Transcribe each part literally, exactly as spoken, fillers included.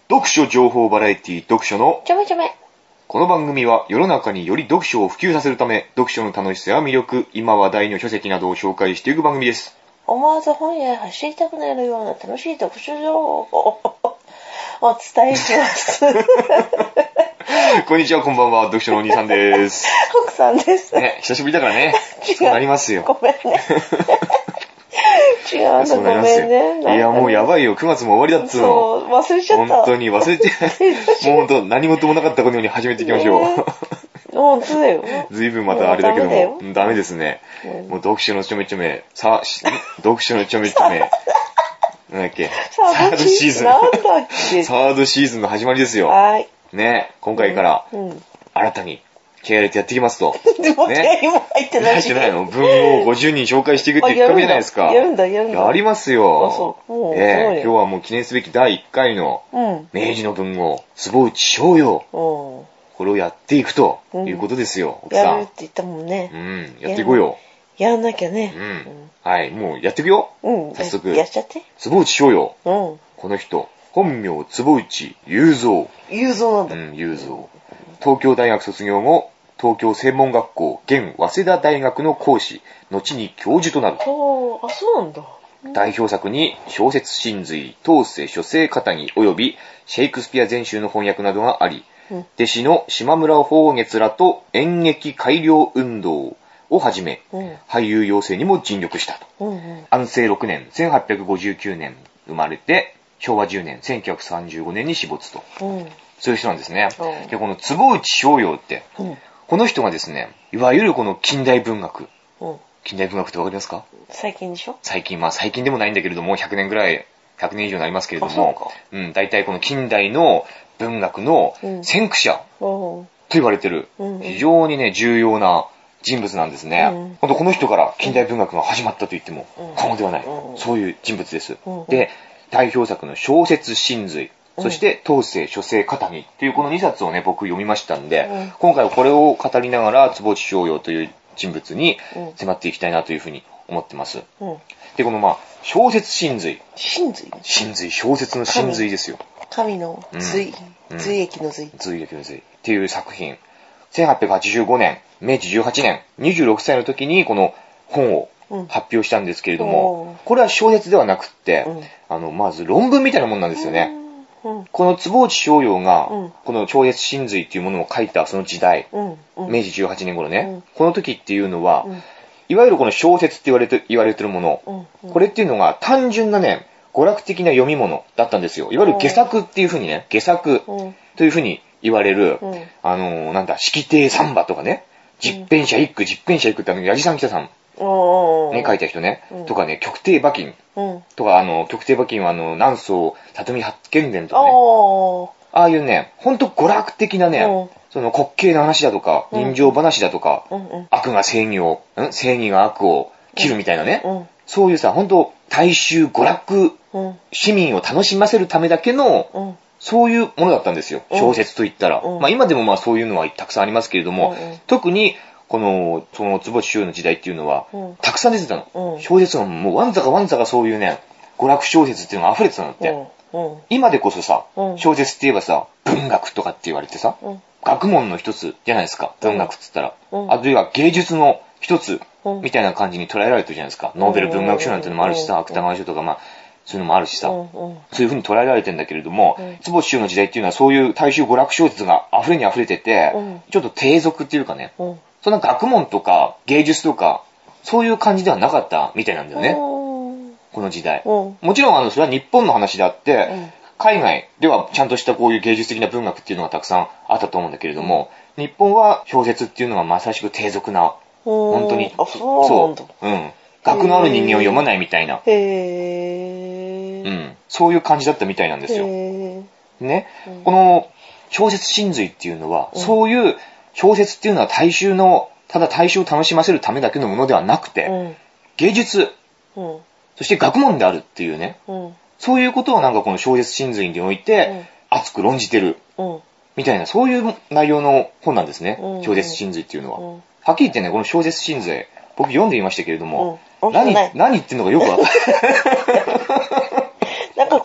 読書情報バラエティ読書のちょめちょめ。 この番組は世の中により読書を普及させるため、読書の楽しさや魅力、今話題の書籍などを紹介していく番組です。 思わず本屋へ走りたくなるような楽しい読書情報をお伝えします。 こんにちは、こんばんは、読書のお兄さんです。 奥さんです。 ね、久しぶりだからね。そうなりますよ。 ごめんね。違うの、ごめんね。 いや、もうやばいよ。くがつも終わりだっつうの。 そう、忘れちゃった。 本当に忘れて、もう本当何事もなかったかのように始めていきましょう。ね、 本当だよ。 ずいぶんまたあれだけども、ダメですね。もう読書のちょめちょめ、さ、読書のちょめちょめ。なんだっけ。 サードシーズン。なんだっけ。 サードシーズンの始まりですよ。 はい。 ね、今回から、新たに気合い入れてやっていきますと。 でも気合いも入ってないし。 入ってないの。文豪ごじゅうにん紹介していくってきっかけじゃないですか。 やるんだ、やるんだ。 やりますよ。 あ、そう。 ええ、今日はもう記念すべきだいいっかいの、明治の文豪、坪内逍遙。これをやっていくということですよ、奥さん。 やるって言ったもんね。 うん、やっていこうよ。 やんなきゃね。 うん。はい、もうやっていくよ。 うん。 早速。 やっちゃって。 坪内逍遙。 うん。 この人、本名坪内雄三。 雄三なんだ。 うん、雄三。東京大学卒業後、東京専門学校、現早稲田大学の講師、後に教授となる。 おー、あ、そうなんだ。 代表作に小説神髄、当世書生方に及びシェイクスピア全集の翻訳などがあり、うん、弟子の島村宝月らと演劇改良運動をはじめ、うん、俳優養成にも尽力したと。うんうん、安政ろくねん、せんはっぴゃくごじゅうきゅうねん生まれて、しょうわじゅうねん、せんきゅうひゃくさんじゅうごねんに死没と。うん、そういう人なんですね。うん、で、この坪内逍遙って、うん、この人がですね、いわゆるこの近代文学。うん、近代文学ってわかりますか？ 最近でしょ？ 最近、まあ最近でもないんだけれども、ひゃくねんぐらい、ひゃくねん以上になりますけれども、うん、大体この近代の文学の先駆者と言われてる、うん、非常にね、重要な人物なんですね。うん、本当この人から近代文学が始まったと言っても過言ではない、うん、そういう人物です。うん、で、代表作の小説神髄、そして当世書生方にっていうこのにさつをね、僕読みましたんで、うん、今回はこれを語りながら坪内逍遙という人物に迫っていきたいなというふうに思ってます。うん、で、このまあ、小説神髄。 神髄神髄、小説の神髄ですよ。 神の髄、うん、髄液の髄。 髄液の髄。っていう作品。せんはっぴゃくはちじゅうごねん、めいちじゅうはちねん、にじゅうろくさいの時にこの本を発表したんですけれども、うん、これは小説ではなくって、うん、あの、まず論文みたいなもんなんですよね。うん、この坪内逍遙が、うん、この小説神髄っていうものを書いたその時代、うんうん、めいちじゅうはちねん頃ね、うん、この時っていうのは、うん、いわゆるこの小説って言われて、言われてるもの、うんうん、これっていうのが単純なね、娯楽的な読み物だったんですよ。いわゆる戯作っていうふうにね、戯作というふうに言われる、うん、あのー、なんだ、式亭三馬とかね、十編者一句、十編者一句ってあの、矢地さん北さん、ね、書いた人ね、うん、とかね、極低馬琴、うん、とか、あの、極低馬琴はあの、南宋畳八犬伝とかね、ああいうね、ほんと娯楽的なね、うん、その滑稽な話だとか、人情話だとか、うん、悪が正義を、ん正義が悪を切るみたいなね、うん、そういうさ、ほんと大衆娯楽、うん、市民を楽しませるためだけの、うん、そういうものだったんですよ、小説といったら。うん、まあ今でもまあそういうのはたくさんありますけれども、うん、特に、この、その坪内逍遙の時代っていうのは、うん、たくさん出てたの。うん、小説がもうわんざかわんざかそういうね、娯楽小説っていうのが溢れてたのって。うんうん、今でこそさ、うん、小説って言えばさ、文学とかって言われてさ、うん、学問の一つじゃないですか、文学って言ったら。うん、あるいは芸術の一つ、うん、みたいな感じに捉えられてるじゃないですか。ノーベル文学賞なんてのもあるしさ、芥川賞とかまあ、そういうのもあるしさ、うんうん、そういう風に捉えられてんだけれども、うん、坪内逍遙の時代っていうのはそういう大衆娯楽小説が溢れに溢れてて、うん、ちょっと低俗っていうかね、うん、そんな学問とか芸術とか、そういう感じではなかったみたいなんだよね。うん、この時代。うん、もちろんあの、それは日本の話であって、うん、海外ではちゃんとしたこういう芸術的な文学っていうのがたくさんあったと思うんだけれども、うん、日本は小説っていうのがまさしく低俗な、本当に、 あ、そうなんだ。 そう、うん。学のある人間を読まないみたいな。 へー。 うん。そういう感じだったみたいなんですよ。へー。ね。うん、この小説神髄っていうのは、うん、そういう小説っていうのは大衆の、ただ大衆を楽しませるためだけのものではなくて、うん、芸術、うん、そして学問であるっていうね、うん、そういうことをなんかこの小説神髄において、熱く論じてる、うん、みたいな、そういう内容の本なんですね。うん、小説神髄っていうのは。うん、はっきり言ってね、この小説神髄、僕読んでみましたけれども、うん、何、何言ってんのかよくわかんない。 なんか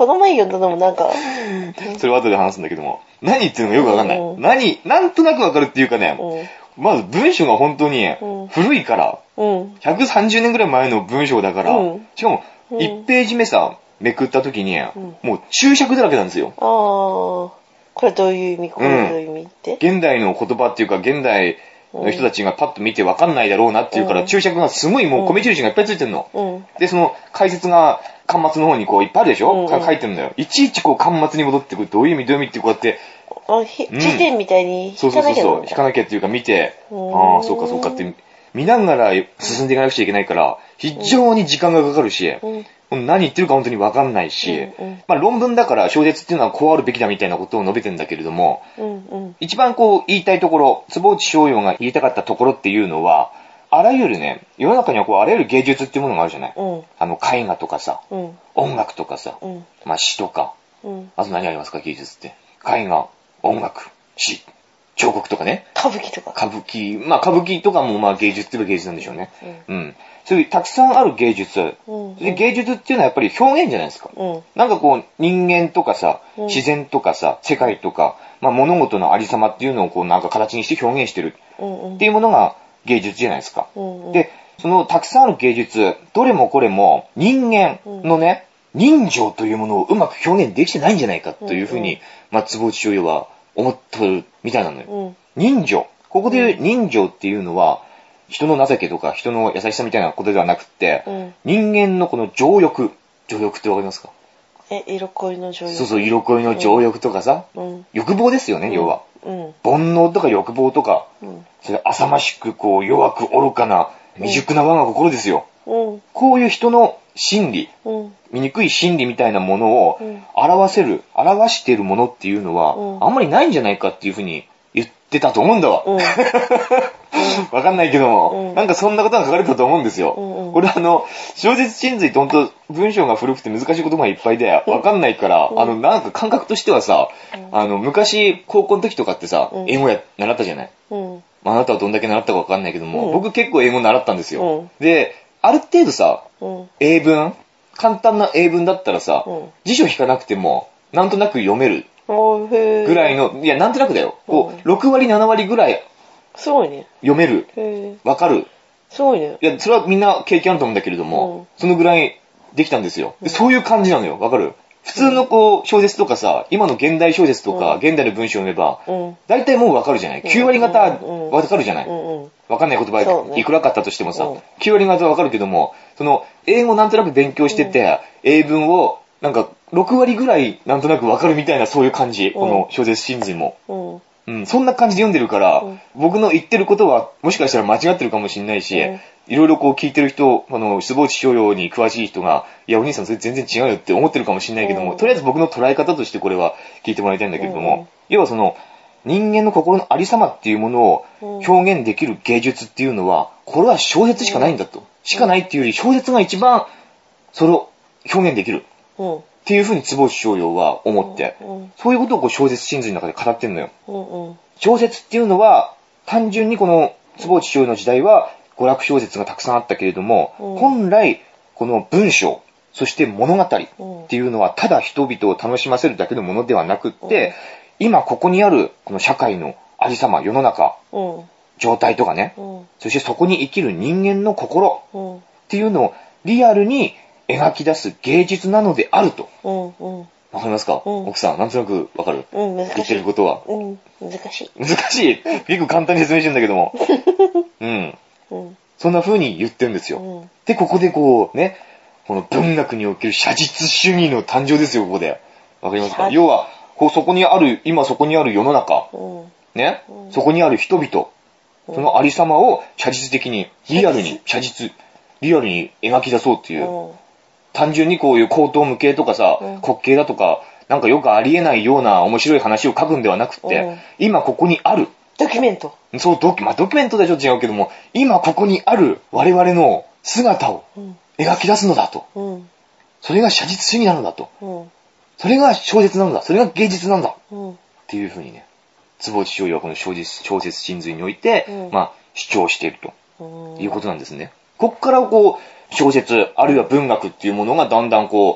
この前読んだのもなんか。 それは後で話すんだけども。何言ってるのかよくわかんない。うん、何、なんとなくわかるっていうかね、うん、まず文章が本当に古いから、うん、ひゃくさんじゅうねんぐらい前の文章だから、うん、しかもいちページ目さ、めくった時に、うん、もう注釈だらけなんですよ。 ああ、これどういう意味、これどういう意味って、 うん、現代の言葉っていうか、現代の人たちがパッと見てわかんないだろうなっていうから、うん、注釈がすごいもう米印がいっぱいついてるの。うん、で、その解説が端末の方にこういっぱいあるでしょ、うんうん、書いてるんだよ。いちいちこう端末に戻ってくる。どういう意味どういう意味ってこうやって、 あひうん、辞典みたいに引かなきゃ、 そうそうそう、引かなきゃっていうか見て、ああ、そうかそうかって見ながら進んでいかなくちゃいけないから、非常に時間がかかるし、うん、何言ってるか本当にわかんないし、うんうん、まあ論文だから小説っていうのはこうあるべきだみたいなことを述べてんだけれども、うんうん、一番こう言いたいところ、坪内逍遥が言いたかったところっていうのは、あらゆるね、世の中にはこうあらゆる芸術っていうものがあるじゃない。うん、あの絵画とかさ、うん、音楽とかさ、うん、まあ詩とか、うん、あと何ありますか芸術って。絵画、音楽、詩、彫刻とかね。 歌舞伎とか。 歌舞伎、まあ歌舞伎とかもまあ芸術って言えば芸術なんでしょうね。うん。うん、そういうたくさんある芸術、うん、で。芸術っていうのはやっぱり表現じゃないですか。うん、なんかこう人間とかさ、自然とかさ、世界とか、まあ物事のありさまっていうのをこうなんか形にして表現してるっていうものが芸術じゃないですか。うんうん、で、そのたくさんある芸術、どれもこれも人間のね、人情というものをうまく表現できてないんじゃないかというふうに、うんうん、まあ坪内逍遥は思ってるみたいなのよ。うん、人情。ここで言う人情っていうのは、人の情けとか人の優しさみたいなことではなくって、うん、人間のこの情欲。情欲ってわかりますか？ え、色恋の情欲。 そうそう、色恋の情欲とかさ、うん、欲望ですよね、うん、要は、うん。煩悩とか欲望とか、うん、それ浅ましくこう弱く愚かな未熟な我が心ですよ。うん、こういう人の心理、うん、醜い心理みたいなものを表せる、表しているものっていうのは、うん、あんまりないんじゃないかっていうふうに言ってたと思うんだわ。うん、わかんないけども、うん、なんかそんなことが書かれたと思うんですよ。うんうん、これあの、小説真髄って本当文章が古くて難しい言葉がいっぱいで、わかんないから、うん、あの、なんか感覚としてはさ、うん、あの、昔高校の時とかってさ、うん、英語や、習ったじゃない。うん、まあ、あなたはどんだけ習ったかわかんないけども、うん、僕結構英語習ったんですよ。うん、で、ある程度さ、うん、英文、簡単な英文だったらさ、うん、辞書引かなくても、なんとなく読める。ぐらいの、いや、なんとなくだよ。こう、ろくわり、ななわりぐらい。 すごいね。 読める。わかる。 すごいね。 いや、それはみんな経験あると思うんだけれども、うん、そのぐらいできたんですよ。でそういう感じなのよ。わかる。普通のこう、小説とかさ、今の現代小説とか、うん、現代の文章を読めば、うん、大体もうわかるじゃない。きゅうわり方わかるじゃない。うんうん、わかんない言葉、ね、いくらかったとしてもさ、うん、きゅうわり方わかるけども、その、英語なんとなく勉強してて、うん、英文を、なんか、ろくわりぐらいなんとなくわかるみたいなそういう感じ。うん、この小説真髄も。うんうん、そんな感じで読んでるから、うん、僕の言ってることはもしかしたら間違ってるかもしれないし、うん、いろいろこう聞いてる人、あの、坪内逍遥に詳しい人が、いやお兄さんそれ全然違うよって思ってるかもしれないけども、うん、とりあえず僕の捉え方としてこれは聞いてもらいたいんだけれども、うん、要はその、人間の心のありさまっていうものを表現できる芸術っていうのは、これは小説しかないんだと。しかないっていうより、小説が一番それを表現できる。うんっていう風に坪内逍遥は思って、うんうん、そういうことをこう小説真髄の中で語ってんのよ、うんうん。小説っていうのは、単純にこの坪内逍遥の時代は娯楽小説がたくさんあったけれども、うん、本来この文章、そして物語っていうのはただ人々を楽しませるだけのものではなくって、うん、今ここにあるこの社会のありさま、世の中、うん、状態とかね、うん、そしてそこに生きる人間の心っていうのをリアルに描き出す芸術なのであると。うんうん。わかりますか、うん、奥さん、なんとなくわかる、 うん、難しい。 言ってることは。 うん、難しい。 難しい結構簡単に説明してるんだけども。うん。うん。そんな風に言ってるんですよ。うん、で、ここでこう、ね、この文学における写実主義の誕生ですよ、ここで。わかりますか要は、こう、そこにある、今そこにある世の中。うん、ね、うん、そこにある人々。そのありさまを写実的に、リアルに、写実、リアルに描き出そうっていう。うん単純にこういう高等無形とかさ、うん、滑稽だとか、なんかよくありえないような面白い話を書くんではなくって、うん、今ここにある。 ドキュメント。 そう、ドキュ、まあ、ドキュメントではちょっと違うけども、今ここにある我々の姿を描き出すのだと。うん、それが写実主義なのだと。うん、それが小説なのだ。それが芸術なんだ。うん、っていうふうにね、坪内逍遥はこの小説、小説真髄において、うん、まあ、主張しているということなんですね。こっからこう、小説、あるいは文学っていうものがだんだんこう、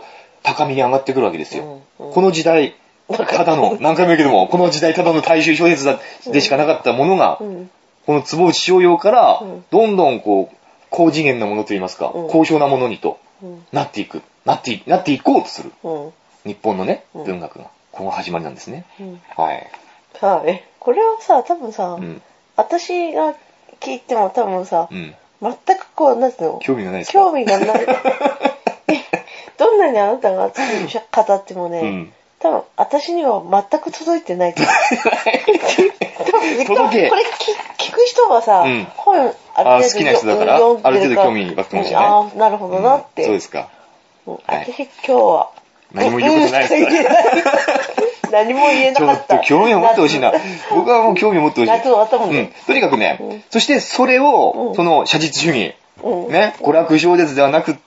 高みに上がってくるわけですよ。うんうん、この時代、ただの、何回も言うけども、この時代ただの大衆小説だでしかなかったものが、うん、この坪内逍遙から、どんどんこう、高次元なものといいますか、うん、高尚なものにと、うん、なっていく、なってい、なっていこうとする、うん、日本のね、文学が、この始まりなんですね。うん、はい。 はい。これはさ、多分さ、うん、私が聞いても多分さ、うん、全くこう、なんていうの？ 興味がないですか？興味がない。どんなにあなたが語ってもね、うん、多分私には全く届いてないと思う。届け。これ聞く人はさ、うん、本ある程度好きな人だから、ある程度興味湧くかもしれない。 ああ、なるほどなって。 うん、そうですか。 私、今日は。 何も言うことないですか何も言えなかった。 ちょっと興味を持ってほしいな。僕はもう興味を持ってほしい。夏終わったもんね。 うん。とにかくね、うん、そしてそれを、うん、その写実主義、うん、ね、娯楽小説ではなくって、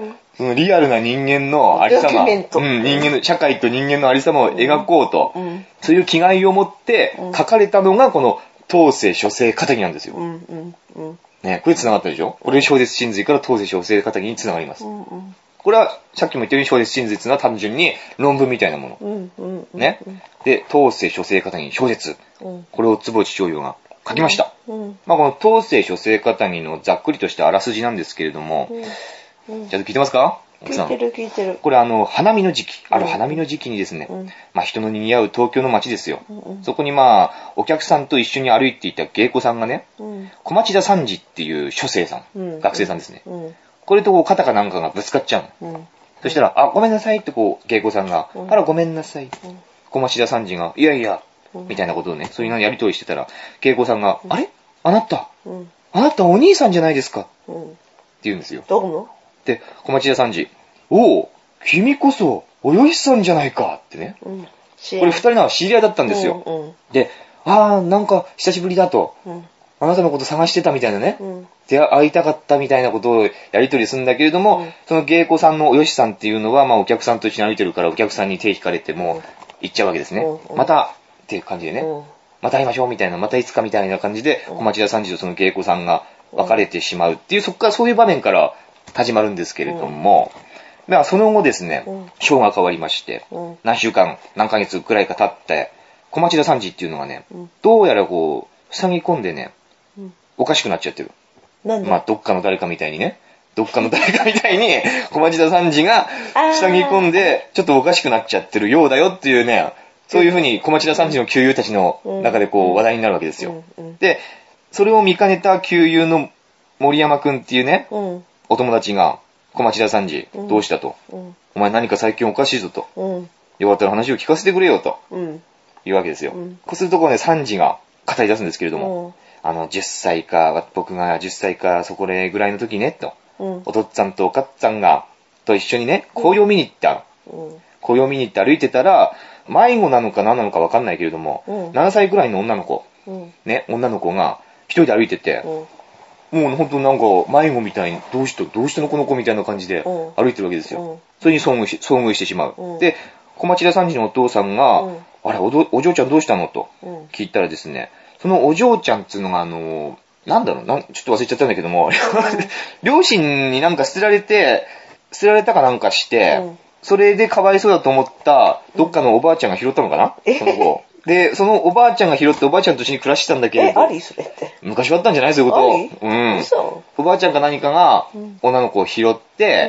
うんそのリアルな人間のありさま、うん、人間の、社会と人間のありさまを描こうと、うん、そういう気概を持って書かれたのがこの当世書生片木なんですよ。うんうんうん、ね、これ繋がったでしょ？これ小説真髄から当世書生片木に繋がります。うんうん、これはさっきも言ったように小説真髄というのは単純に論文みたいなもの。うんうんうん、ね。で、当世書生片木小説。うん、これを坪内逍遙が書きました。うんうん、まあこの当世書生片木のざっくりとしたあらすじなんですけれども、うんちゃんと聞いてますか？ 聞いてる聞いてる。 これあの、花見の時期、ある花見の時期にですね、うん、まあ人の賑わう東京の街ですよ。うんうん、そこにまあ、お客さんと一緒に歩いていた芸妓さんがね、うん、小町田三次っていう書生さん、うん、学生さんですね。うん、これとこう肩かなんかがぶつかっちゃうの。うん、そしたら、あ、ごめんなさいってこう、芸妓さんが、うん、あらごめんなさい。うん、小町田三次が、いやいや、うん、みたいなことをね、そういうのやりとりしてたら、芸妓さんが、うん、あれあなた、うん、あなたお兄さんじゃないですか。うん、って言うんですよ。 どうもで、小町田三次、おお、君こそ、およしさんじゃないかってね。うん、これ二人の知り合いだったんですよ。うんうん、で、あー、なんか久しぶりだと、うん。あなたのこと探してたみたいなね。うん、で、会いたかったみたいなことをやりとりするんだけれども、うん、その芸妓さんのおよしさんっていうのは、まあお客さんと一緒に歩いてるからお客さんに手引かれても行っちゃうわけですね。うんうん、また、っていう感じでね。うん、また会いましょうみたいな、またいつかみたいな感じで、小町田三次とその芸妓さんが別れてしまうっていう、そこからそういう場面から始まるんですけれども、うんだからその後ですね、章、うん、が変わりまして、うん、何週間、何ヶ月くらいか経って、小町田三次っていうのがね、うん、どうやらこう、塞ぎ込んでね、うん、おかしくなっちゃってる。なんでまあ、どっかの誰かみたいにね、どっかの誰かみたいに、小町田三次が塞ぎ込んで、ちょっとおかしくなっちゃってるようだよっていうね、そういうふうに小町田三次の旧友たちの中でこう、話題になるわけですよ。で、それを見かねた旧友の森山くんっていうね、お友達が、小町田三次、うん、どうしたと、うん、お前何か最近おかしいぞと、うん、よかったら話を聞かせてくれよと、うん、いうわけですよ。うん、こうするとこうね、三次が語り出すんですけれども、うん、あの、じゅっさいか、僕がじゅっさいか、そこでぐらいの時ね、と、うん、お父っつぁんとおかっつぁんが、と一緒にね、紅葉見に行った。うん、紅葉見に行って歩いてたら、迷子なのか何なのかわかんないけれども、うん、ななさいぐらいの女の子、うん、ね、女の子が一人で歩いてて、うんもうほんとなんか迷子みたいに、どうした、どうしたのこの子みたいな感じで歩いてるわけですよ。うん、それに遭遇し、遭遇してしまう。うん、で、小町田三次のお父さんが、うん、あれおど、お嬢ちゃんどうしたのと聞いたらですね、そのお嬢ちゃんっていうのがあの、なんだろうな、ちょっと忘れちゃったんだけども、うん、両親になんか捨てられて、捨てられたかなんかして、うん、それでかわいそうだと思ったどっかのおばあちゃんが拾ったのかな、うん、その後。で、そのおばあちゃんが拾っておばあちゃんと一緒に暮らしてたんだけれど。 え、ありそれって。 昔はあったんじゃないそういうこと。うん。 嘘。 おばあちゃんか何かが女の子を拾って、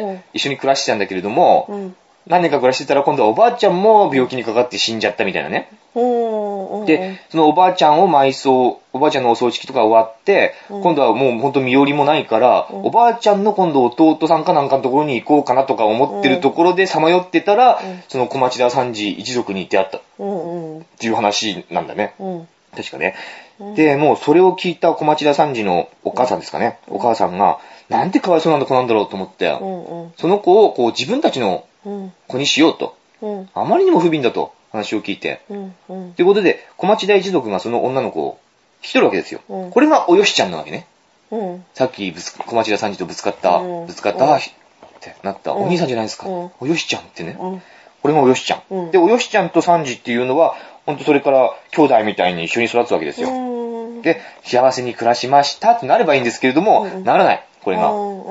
うん、一緒に暮らしてたんだけれども、うん、何年か暮らしてたら今度はおばあちゃんも病気にかかって死んじゃったみたいなね。うん、で、そのおばあちゃんを埋葬、おばあちゃんのお葬式とか終わって、うん、今度はもうほんと身寄りもないから、うん、おばあちゃんの今度弟さんかなんかのところに行こうかなとか思ってるところでさまよってたら、うん、その小町田三次一族に出会った。うんうん、っていう話なんだね。うん、確かね。うん、で、もうそれを聞いた小町田三次のお母さんですかね。うん、お母さんが、なんてかわいそうなんだ子なんだろうと思って、うんうん、その子をこう自分たちの子にしようと。うん、あまりにも不憫だと話を聞いて。うんうん、ということで、小町田一族がその女の子を引き取るわけですよ。うん、これがおよしちゃんなわけね。うん、さっきぶつ小町田三次とぶつかった、うん、ぶつかった、うん、ってなった、うん、お兄さんじゃないですか。うん、およしちゃんってね。うんこれがおよしちゃん、うん。で、およしちゃんと三次っていうのは、ほんとそれから兄弟みたいに一緒に育つわけですよ。で、幸せに暮らしましたってなればいいんですけれども、うん、ならない。これが。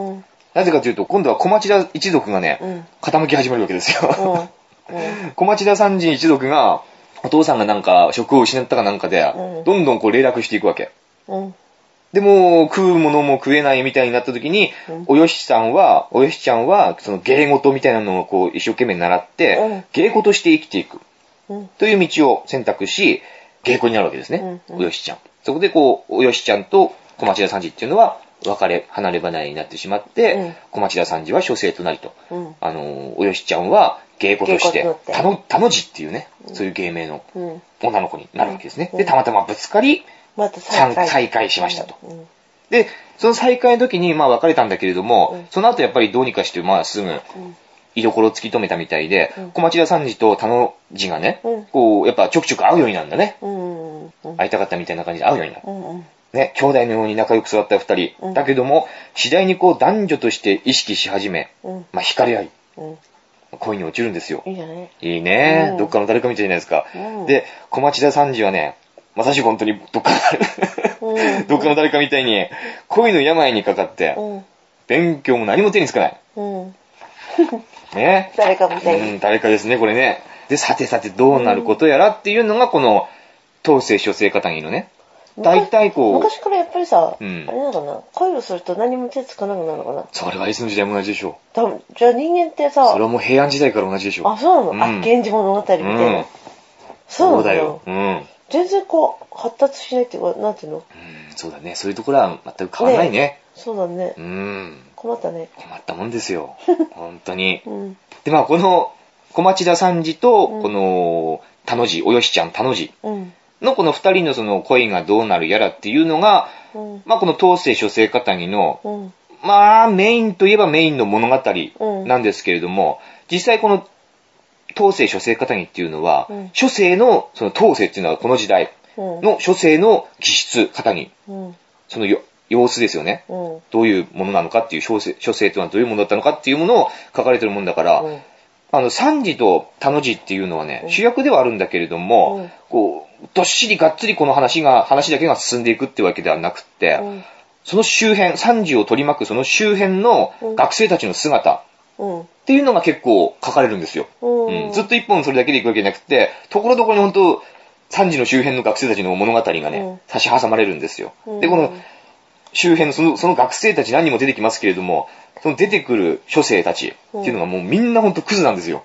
なぜかというと、今度は小町田一族がね、うん、傾き始まるわけですよ。うんうん、小町田三人一族が、お父さんがなんか職を失ったかなんかで、うん、どんどんこう霊落していくわけ。うん、でも、食うものも食えないみたいになった時に、うん、およしさんは、およしちゃんは、その芸事みたいなのをこう一生懸命習って、うん、芸事して生きていく。うん、という道を選択し、芸妓になるわけですね。うんうん、およしちゃん。そこでこう、およしちゃんと小町田三次っていうのは、別れ、離れ離れになってしまって、うん、小町田三次は書生となりと。うん、あの、およしちゃんは芸妓として、たの、たのじっていうね、うん、そういう芸名の女の子になるわけですね。うん、で、たまたまぶつかり、また再会。再会しましたと。うんうん、で、その再会の時に、まあ別れたんだけれども、うん、その後やっぱりどうにかして、まあすぐ、居所を突き止めたみたいで、うん、小町田三次と田の字がね、うん、こう、やっぱちょくちょく会うようになるんだね。うんうん、会いたかったみたいな感じで会うようになる。うんうん、ね、兄弟のように仲良く育った二人。うん、だけども、次第にこう男女として意識し始め、うん、まあ惹かれ合い、うん、恋に落ちるんですよ。 いいね。 いいね、うん。どっかの誰かみたいじゃないですか。うん、で、小町田三次はね、まさしく本当にどっかの、うん、どっかの誰かみたいに、恋の病にかかって、うん、勉強も何も手につかない。うんね。 誰かみたいに。 うん、誰かですね、これね。で、さてさてどうなることやらっていうのが、この、当世書生片木のね。大体こう。 昔からやっぱりさ、うん、あれなのかな、恋をすると何も手つかなくなるのかな。 それはいつの時代も同じでしょう。だじゃあ人間ってさ、 それはもう平安時代から同じでしょう。 あ、そうなの、うん、あ、源氏物語みたいな。うん、そうなんだよ。うん。全然こう、発達しないっていうか、なんていうの、うん、 そうだね。そういうところは全く変わらないね。ね、 そうだね。 うん。 困ったね。 困ったもんですよ。本当に。うん、で、まあ、この、小町田三次と、うん、この、田の字、およしちゃん、田の字のこの二人のその恋がどうなるやらっていうのが、うん、まあ、この当世書生片木の、うん、まあ、メインといえばメインの物語なんですけれども、うん、実際この、当世書生片木っていうのは、うん、書生の、その当世っていうのはこの時代の書生の気質、片木。うん、そのよ、様子ですよね、うん。どういうものなのかっていう、書生、書生というのはどういうものだったのかっていうものを書かれてるもんだから、うん、あの、三次と田の字っていうのはね、うん、主役ではあるんだけれども、うん、こう、どっしりがっつりこの話が、話だけが進んでいくってわけではなくって、うん、その周辺、三次を取り巻くその周辺の学生たちの姿っていうのが結構書かれるんですよ。うんうん、ずっと一本それだけでいくわけじゃなくて、ところどころに本当、三次の周辺の学生たちの物語がね、うん、差し挟まれるんですよ。うん、で、この、周辺のその、その学生たち何人も出てきますけれども、その出てくる書生たちっていうのがもうみんなほんとクズなんですよ。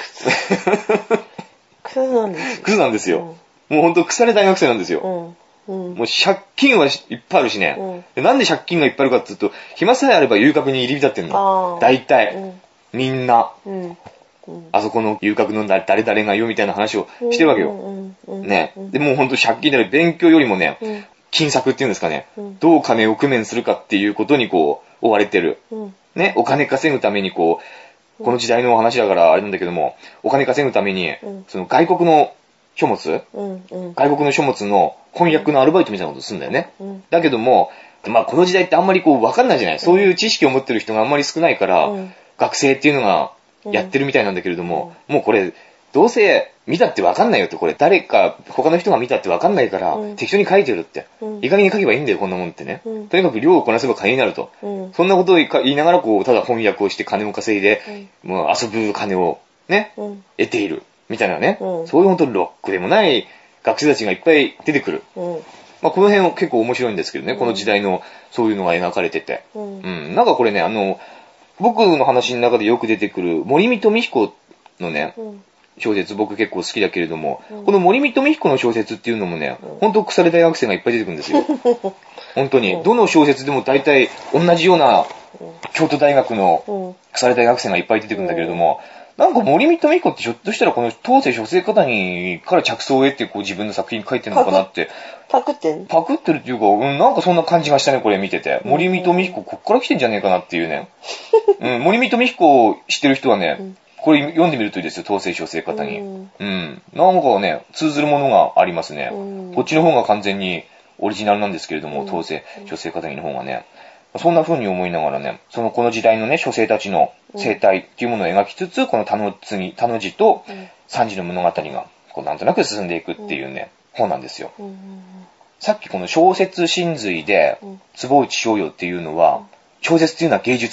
クズなんですよ。 クズなんですよ。うん、もうほんと腐れ大学生なんですよ。うんうん、もう借金はいっぱいあるしね、うん。なんで借金がいっぱいあるかっていうと、暇さえあれば遊郭に入り浸ってんの。大体、うん。みんな、うんうん。あそこの遊郭の誰々がよみたいな話をしてるわけよ。うんうんうん、ね。で、もうほんと借金で勉強よりもね、うん、金策っていうんですかね、うん、どう金を工面するかっていうことにこう、追われてる。うん、ね、お金稼ぐためにこう、この時代の話だからあれなんだけども、お金稼ぐために、うん、その外国の書物、うんうん、外国の書物の翻訳のアルバイトみたいなことするんだよね。うん、だけども、まあこの時代ってあんまりこう分かんないじゃない、うん、そういう知識を持ってる人があんまり少ないから、うん、学生っていうのがやってるみたいなんだけれども、うん、もうこれ、どうせ見たって分かんないよって、これ誰か他の人が見たって分かんないから、うん、適当に書いてるって、うん、いい加減に書けばいいんだよこんなもんってね、うん、とにかく量をこなせば金になると、うん、そんなことを言いながらこうただ翻訳をして金を稼いで、うん、もう遊ぶ金をね、うん、得ているみたいなね、うん、そういう本当にロックでもない学生たちがいっぱい出てくる、うん、まあ、この辺は結構面白いんですけどね、うん、この時代のそういうのが描かれてて、うんうん、なんかこれね、あの僕の話の中でよく出てくる森見富彦のね、うん小説僕結構好きだけれども、うん、この森見富彦の小説っていうのもね、うん、本当腐れ大学生がいっぱい出てくるんですよ。本当に、うん、どの小説でも大体同じような京都大学の腐れ大学生がいっぱい出てくるんだけれども、うん、なんか森見富彦ってひょっとしたらこの当世書生方にから着想を得てこう自分の作品書いてるのかなって。 パクってんパクってるっていうか、うん、なんかそんな感じがしたね、これ見てて。うん、森見富彦こっから来てんじゃねえかなっていうね。うん、森見富彦を知ってる人はね、うんこれ読んでみるといいですよ、当世書生方に。うん。うん。なんかね、通ずるものがありますね。うん、こっちの方が完全にオリジナルなんですけれども、うん、当世書生方にの方がね。そんな風に思いながらね、そのこの時代のね、書生たちの生態っていうものを描きつつ、うん、この田の次、田の字と三次の物語が、こうなんとなく進んでいくっていうね、うん、本なんですよ。うん、さっきこの小説真髄で、坪内逍遥っていうのは、小説っていうのは芸術。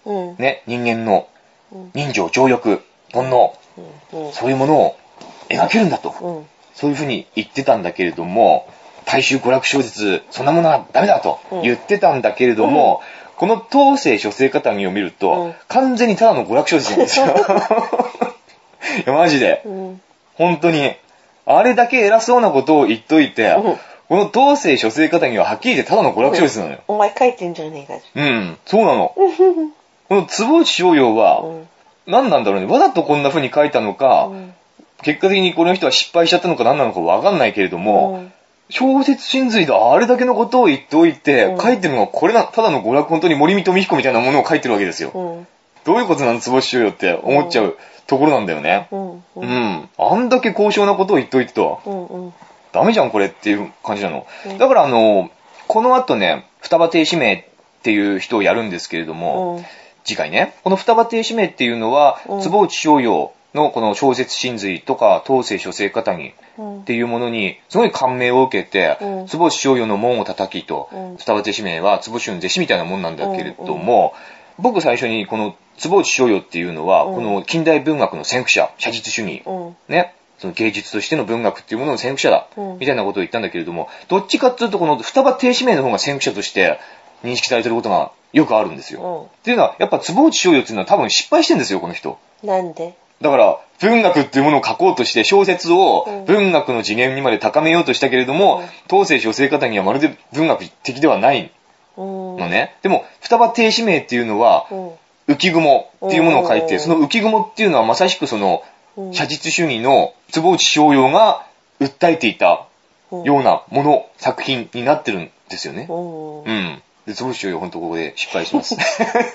うん、 ね、人間の人情、情欲、煩悩、うん、そういうものを描けるんだと、うん、そういうふうに言ってたんだけれども、大衆娯楽小説、そんなものはダメだと言ってたんだけれども、うん、この東西書生方を見ると、うん、完全にただの娯楽小説なんですよ。いや、マジで、うん。本当に。あれだけ偉そうなことを言っといて、うん、この東西書生方にははっきり言ってただの娯楽小説なのよ。 うん、お前書いてんじゃねえか。 うん、そうなの。この坪内逍遥は、うん、何なんだろうね。わざとこんな風に書いたのか、うん、結果的にこの人は失敗しちゃったのか何なのかわかんないけれども、うん、小説真髄であれだけのことを言っておいて、うん、書いてるのはこれな、ただの娯楽、本当に森見と美彦みたいなものを書いてるわけですよ。うん、どういうことなの坪内逍遥って思っちゃうところなんだよね。うん。うんうん、あんだけ高尚なことを言っといてと、うんうん、ダメじゃんこれっていう感じなの。うん、だからあの、この後ね、双葉亭指名っていう人をやるんですけれども、うん、次回ね、この双葉亭指名っていうのは、うん、坪内逍遥のこの小説真髄とか東西書生方にっていうものにすごい感銘を受けて、うん、坪内逍遙の門を叩きと、うん、双葉亭指名は坪春弟子みたいなもんなんだけれども、うんうん、僕最初にこの坪内逍遥っていうのは、うん、この近代文学の先駆者、写実主義、うん、ね、その芸術としての文学っていうものの先駆者だ、うん、みたいなことを言ったんだけれども、どっちかっていうとこの双葉亭指名の方が先駆者として認識されてることがよくあるんですよ。うん、っていうのは、やっぱ坪内逍遥っていうのは多分失敗してるんですよ、この人。 なんで？ だから、文学っていうものを書こうとして、小説を文学の次元にまで高めようとしたけれども、うん、東西書生方にはまるで文学的ではないのね。うん、でも、双葉亭指名っていうのは、うん浮雲っていうものを書いて、その浮雲っていうのはまさしくその、写実主義の坪内逍遥が訴えていたようなもの、作品になってるんですよね。うん。で、坪内逍遥ほんとここで失敗します。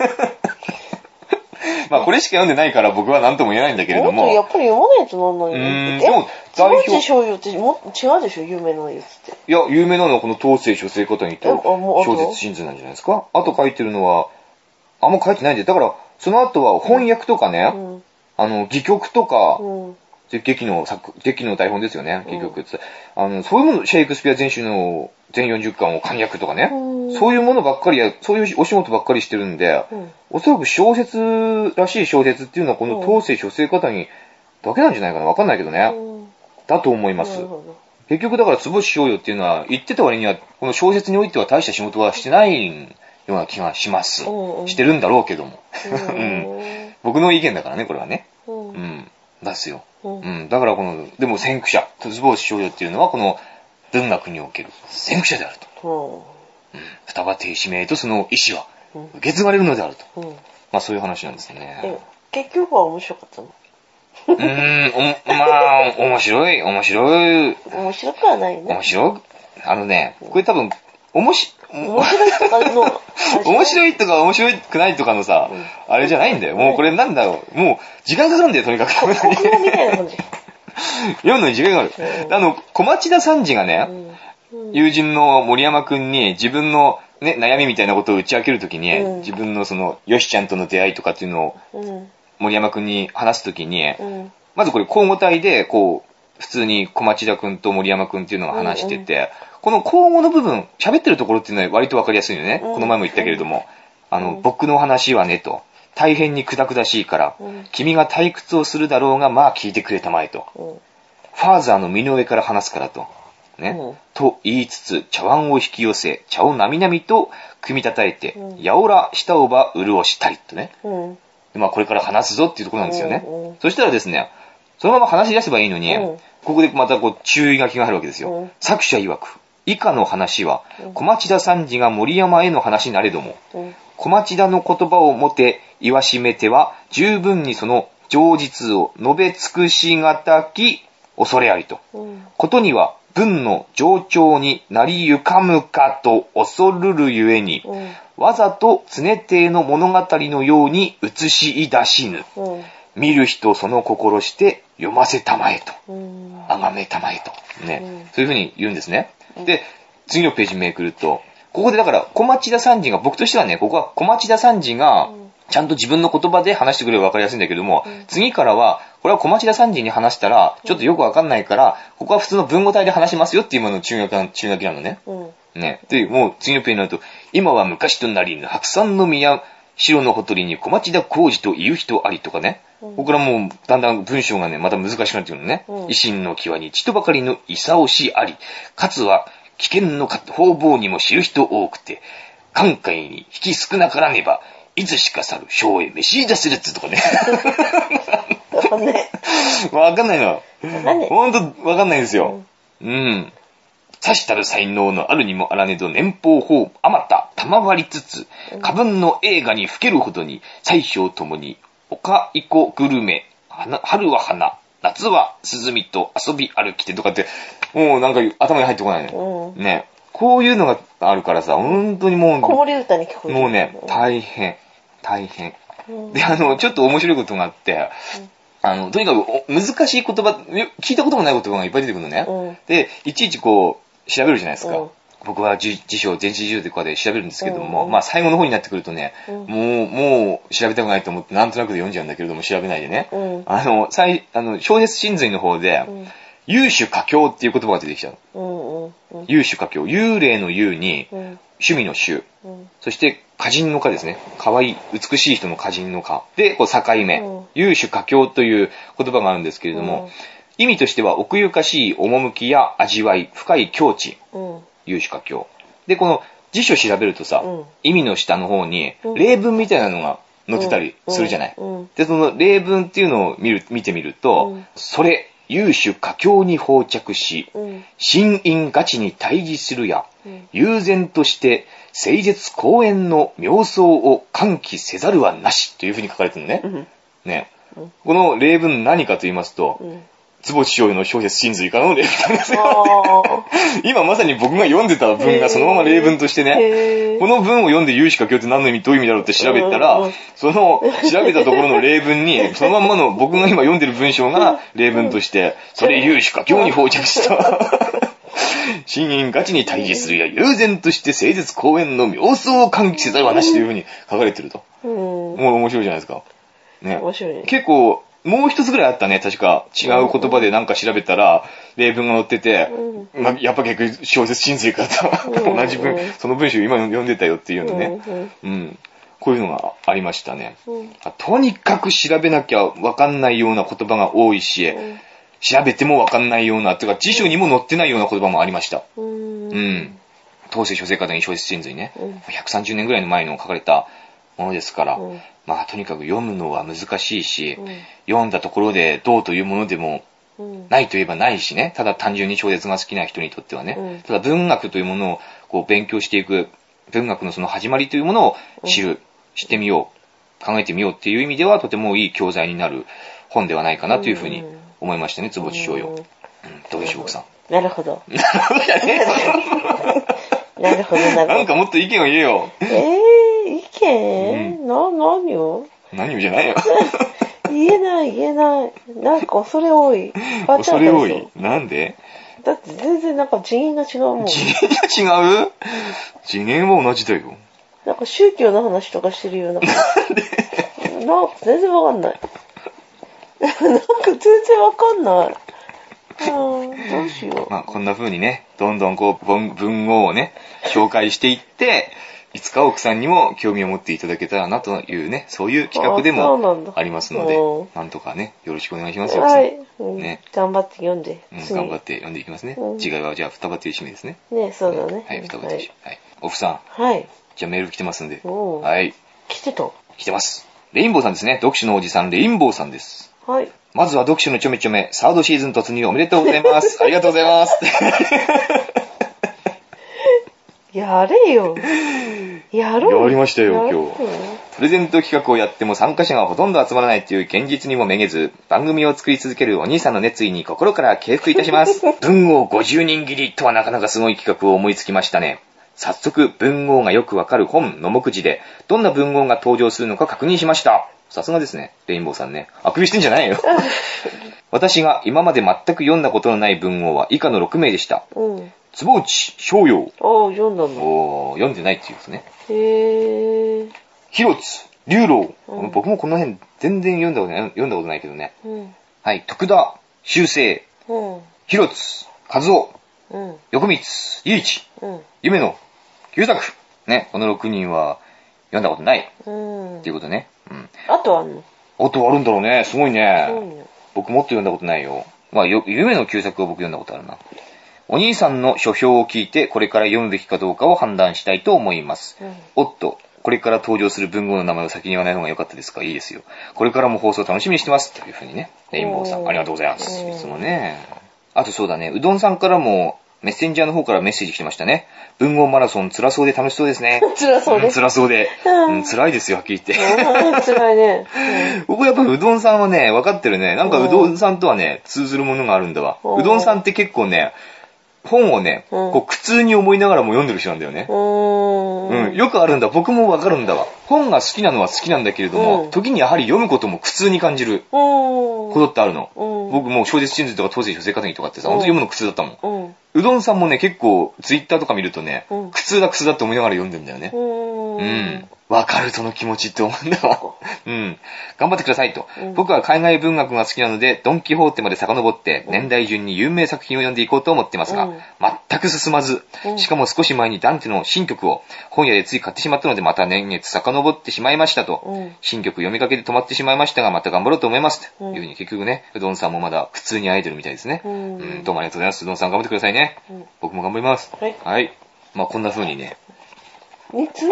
まあこれしか読んでないから僕は何とも言えないんだけれども。 やっぱり読まないとなんないよ。うん。でも、坪内逍遥っても違うでしょ、有名なやつって。 いや、有名なのはこの東西書生方にと小説真髄なんじゃないですか。あと書いてるのは、あんま書いてないんで、だから、その後は翻訳とかね、うん、あの、戯曲とか、うん、劇の作、劇の台本ですよね、戯曲って。うん、あの、そういうもの、シェイクスピア全集の全よんじゅっかんを簡約とかね、うん、そういうものばっかりや、そういうお仕事ばっかりしてるんで、うん、おそらく小説らしい小説っていうのはこの東西書生方にだけなんじゃないかな、わかんないけどね。うん、だと思います。結局だから坪内逍遥っていうのは、言ってた割には、この小説においては大した仕事はしてないような気がします。うんうん、してるんだろうけども。うん、僕の意見だからね、これはね。うん。うん、ですよ、うん。うん。だからこの、でも先駆者、坪内逍遥っていうのはこの文学における先駆者であると。うん。双葉亭指名とその意思は受け継がれるのであると。うん、まあそういう話なんですね。 結局は面白かったの？ うーん、お、まあ、面白い、面白い。 面白くはないね。 面白い。あのね、これ多分、おもし、 面白いとかの、 面白いとか面白くないとかのさ、うん、あれじゃないんだよ。もうこれなんだろう。もう、時間かかるんだよ、とにかく。 国語みたいな感じ。 読むのに時間がかかる。うん、あの、小町田三治がね、うん、友人の森山くんに自分のね、悩みみたいなことを打ち明けるときに、うん、自分のその、よしちゃんとの出会いとかっていうのを、うん森山くんに話すときに、うん、まずこれ交互体で、こう、普通に小町田くんと森山くんっていうのが話してて、うんうん、この交互の部分、喋ってるところっていうのは割とわかりやすいよね。うん、この前も言ったけれども、あの、うん、僕の話はねと、大変にくだくだしいから、うん、君が退屈をするだろうが、まあ聞いてくれたまえと。うん、ファーザーの身の上から話すからと。ね。うん、と言いつつ、茶碗を引き寄せ、茶をなみなみと組み叩いて、うん、やおらしたおば潤したりとね。うんまあこれから話すぞっていうところなんですよね。うんうん、そしたらですね、そのまま話し出せばいいのに、うん、ここでまたこう注意書きが入るわけですよ。うん、作者曰く、以下の話は、小町田三治が森山への話なれども、うん、小町田の言葉をもて言わしめては、十分にその情実を述べ尽くしがたき恐れありと。うん、ことには、文の上長になりゆかむかと恐るるゆえに、うん、わざと常帝の物語のように映し出しぬ、うん、見る人その心して読ませたまえと、あがめたまえと、ね、うん、そういうふうに言うんですね。うん、で、次のページめくると、ここでだから小町田三治が、僕としてはね、ここは小町田三治が、ちゃんと自分の言葉で話してくれば分かりやすいんだけども、うん、次からは、これは小町田三治に話したら、ちょっとよく分かんないから、ここは普通の文語体で話しますよっていうものの注意書きなのね。うん、ね。で、もう次のページになると、今は昔となりぬ白山の宮、 白のほとりに小町田浩二という人ありとかね。うん、ここからもうだんだん文章がね、また難しくなってくるのね。うん、維新の際にちとばかりの勇しあり、かつは危険の方々にも知る人多くて、寛解に引き少なからねば、いつしか去る将へ召し出せるっつとかね。わかんない。わかんないの。ほんとわかんないんですよ。うん。うんさしたる才能のあるにもあらねど年俸法あまた賜りつつ、過分の映画にふけるほどに、最小ともに、丘いこグルメ、春は花、夏は涼みと遊び歩きてとかって、もうなんか頭に入ってこないね。うん、ね。こういうのがあるからさ、本当にもう、 子守歌に聞こえる。 もうね、大変、大変。うん、で、あの、ちょっと面白いことがあって、うんあの、とにかく難しい言葉、聞いたこともない言葉がいっぱい出てくるのね。うん、で、いちいちこう、調べるじゃないですか。うん、僕は辞書、全辞書とかで調べるんですけども、うん、まあ最後の方になってくるとね、うん、もう、もう調べたくないと思ってなんとなくで読んじゃうんだけれども、調べないでね。うん、あの、最、あの、小説真髄の方で、うん、幽主佳境っていう言葉が出てきちゃう。うんうんうん、幽主佳境。幽霊の幽に、うん、趣味の趣。うん、そして、歌人の歌ですね。可愛い、美しい人の歌人の歌。で、こう境目。うん、幽主佳境という言葉があるんですけれども、うん意味としては奥ゆかしい趣や味わい、深い境地、うん、幽主佳境。で、この辞書調べるとさ、うん、意味の下の方に例文みたいなのが載ってたりするじゃない。うんうん、で、その例文っていうのを見る見てみると、うん、それ、幽主佳境に放着し、心因ガチに対峙するや、うん、悠然として清絶公園の妙想を喚起せざるはなしというふうに書かれてるのね。うん、ね。この例文何かと言いますと、うん坪地醤油の小説真髄からの例文なんですよ。今まさに僕が読んでた文がそのまま例文としてね、この文を読んで有志佳境って何の意味、どういう意味だろうって調べたら、その調べたところの例文に、そのまんまの僕が今読んでる文章が例文として、それ有志佳境に放着した。真因ガチに対峙するや、悠然として清絶公園の妙想を喚起せざるはなしというふうに書かれてると。もう面白いじゃないですか。ね。面白い。結構、もう一つぐらいあったね、確か。違う言葉でなんか調べたら、例文が載ってて、うん、まあ、やっぱ結局小説真髄かと、同じ文、その文章今読んでたよっていうのね。うん。こういうのがありましたね。とにかく調べなきゃわかんないような言葉が多いし、調べてもわかんないような、てか辞書にも載ってないような言葉もありました。うん。当世書生方に小説真髄ね。ひゃくさんじゅうねんぐらいの前の書かれたものですから、うん、まあとにかく読むのは難しいし、うん、読んだところでどうというものでもないといえばないしね、ただ単純に小説が好きな人にとってはね、うん、ただ文学というものをこう勉強していく、文学のその始まりというものを知る、うん、知ってみよう、考えてみようっていう意味ではとてもいい教材になる本ではないかなというふうに思いましたね、坪地醤油。うん、どうでしょう、奥さん。 なるほど。なるほどじゃねえなるほど、なるほど。 なんかもっと意見を言えよ。 えー、意見、うん、な、何を何をじゃないよ。 言えない、言えない。なんか恐れ多い。 恐れ多い。なんでだって全然なんか次元が違うもん。 次元が違う次元は同じだよ。 なんか宗教の話とかしてるような。なんでなんか全然わかんない。なんか全然わかんない。どうしよう。 まあこんな風にね、どんどんこう文、文豪をね、紹介していって、いつか奥さんにも興味を持っていただけたらなというね、そういう企画でもありますので、なんとかね、よろしくお願いしますよ、 はい、うん、ね。頑張って読んで。 うん、頑張って読んでいきますね。うん、違いはじゃあ双葉という締めですね。 ね、そうだね。うん、 はい、双葉という締め。はい。おふさん。 はい。 じゃあメール来てますんで。はい。 来てた来てます。レインボーさんですね。読書のおじさん、レインボーさんです。 はい。 まずは読書のちょめちょめ、サードシーズン突入おめでとうございます。ありがとうございます。 やれよ。やろう。 やりましたよ、今日。プレゼント企画をやっても参加者がほとんど集まらないという現実にもめげず、番組を作り続けるお兄さんの熱意に心から敬服いたします。文豪ごじゅうにん切りとはなかなかすごい企画を思いつきましたね。早速、文豪がよくわかる本の目次で、どんな文豪が登場するのか確認しました。さすがですね、レインボーさんね。あくびしてんじゃないよ。私が今まで全く読んだことのない文豪は以下のろくめいでした。うん。坪内逍遥。 ああ、読んだんだ。 おー、読んでないっていうことね。 へー。 広津龍郎、うん。僕もこの辺全然読んだことない、読んだことないけどね。うん。はい、徳田修正。うん。広津和夫。うん。横光雄一。うん。夢野久作。ね、このろくにんは、 読んだことない。 うん。 っていうことね。うん。 あとあんの？ あとあるんだろうね。すごいね。 すごいね。 僕もっと読んだことないよ。まあ、よ夢の旧作を僕読んだことあるな。お兄さんの書評を聞いて、これから読むべきかどうかを判断したいと思います。うん、おっと、これから登場する文豪の名前を先に言わない方が良かったですか？いいですよ。これからも放送楽しみにしてます。というふうにね。レインボーさん、ありがとうございます。いつもね。あとそうだね、うどんさんからも、メッセンジャーの方からメッセージ来てましたね。文豪マラソン辛そうで楽しそうですね。 辛そうで、 うん、辛そうで、うん。辛いですよ、はっきり言って。辛いね。 うん、僕やっぱうどんさんはね、分かってるね。なんかうどんさんとはね、通ずるものがあるんだわ。うどんさんって結構ね、本をね、うん、こう苦痛に思いながらも読んでる人なんだよね。うーん、うん。よくあるんだ。僕もわかるんだわ。本が好きなのは好きなんだけれども、うん、時にやはり読むことも苦痛に感じることってあるの。うん、僕もう小説真髄とか当時書生活議とかってさ、本当に読むの苦痛だったもん。うん、うどんさんもね、結構ツイッターとか見るとね、うん、苦痛だ苦痛だって思いながら読んでんだよね。うん。わかるその気持ちって思うんだわ。うん。頑張ってくださいと、うん。僕は海外文学が好きなので、ドンキホーテまで遡って、年代順に有名作品を読んでいこうと思ってますが、うん、全く進まず、しかも少し前にダンテの新曲を本屋でつい買ってしまったので、また年月遡ってしまいましたと。うん、新曲読みかけで止まってしまいましたが、また頑張ろうと思います。というふうに結局ね、うどんさんもまだ苦痛に会えてるみたいですね。うん、うん、どうもありがとうございます。うどんさん頑張ってくださいね。うん、僕も頑張ります。はい。はい。まあこんな風にね、 みっつ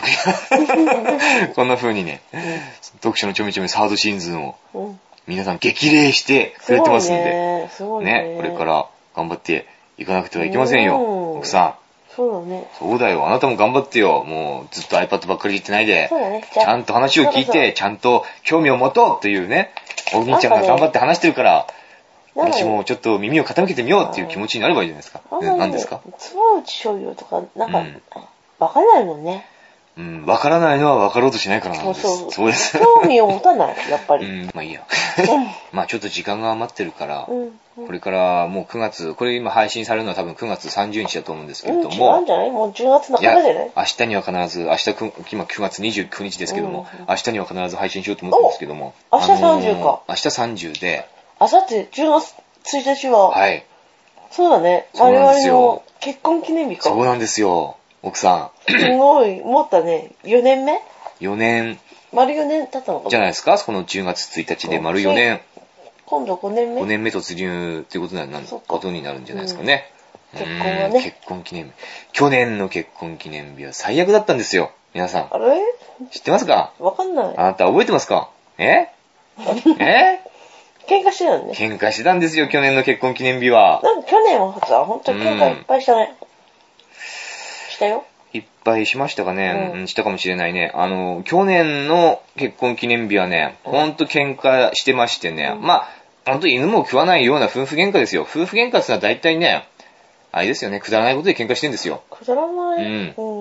こんな風にね、うん、読書のちょめちょめサードシーズンを皆さん激励してくれてますんで、 すごいね、 ね、これから頑張っていかなくてはいけませんよ、奥さん。 そうだね。 そうだよ、あなたも頑張ってよ。もうずっと iPad ばっかり言ってないで、 そうだね、 ちゃんと話を聞いて、ちゃんと興味を持とうというね、お兄ちゃんが頑張って話してるから、私もちょっと耳を傾けてみようっていう気持ちになればいいじゃないですか。何ですか？ つばうち醤油とか、なんか、うん、わからないもんね。 うん、わからないのはわかろうとしないからなんです。そうそう。そうです。 興味を持たない、やっぱり。 うん、まあいいや。まあちょっと時間が余ってるから、うんうん、これからもうくがつ、これ今配信されるのは多分くがつさんじゅうにちだと思うんですけれども。うん、 違うんじゃない？もうじゅうがつの半ばじゃない？ 明日には必ず、明日く、今くがつにじゅうくにちですけども、うんうん、明日には必ず配信しようと思ってますけども。 明日さんじゅうか。 明日さんじゅうで。 あさってじゅうがつついたちは。 はい。 そうだね。我々の結婚記念日か。 そうなんですよ。奥さん。すごい、持ったね。よねんめ ? よ 年。 丸よねん経ったのかなじゃないですか、このじゅうがつついたちで丸よねん。 今度ごねんめ ?ご年目突入っていうことになることになるんじゃないですかね。 うん、結婚はね。 結婚記念日。去年の結婚記念日は最悪だったんですよ。皆さん。 あれ知ってますか？ わかんない。 あなた覚えてますか？ええ喧嘩してたんね。 喧嘩してたんですよ、去年の結婚記念日は。 なんか去年はさ、ほんと喧嘩いっぱいしたね。うん、したよ。 いっぱいしましたかね、うん、したかもしれないね。あの、去年の結婚記念日はね、ほんと喧嘩してましてね、うん、まあ、ほんと犬も食わないような夫婦喧嘩ですよ。夫婦喧嘩ってのは大体ね、あれですよね、くだらないことで喧嘩してるんですよ。 くだらない、うん、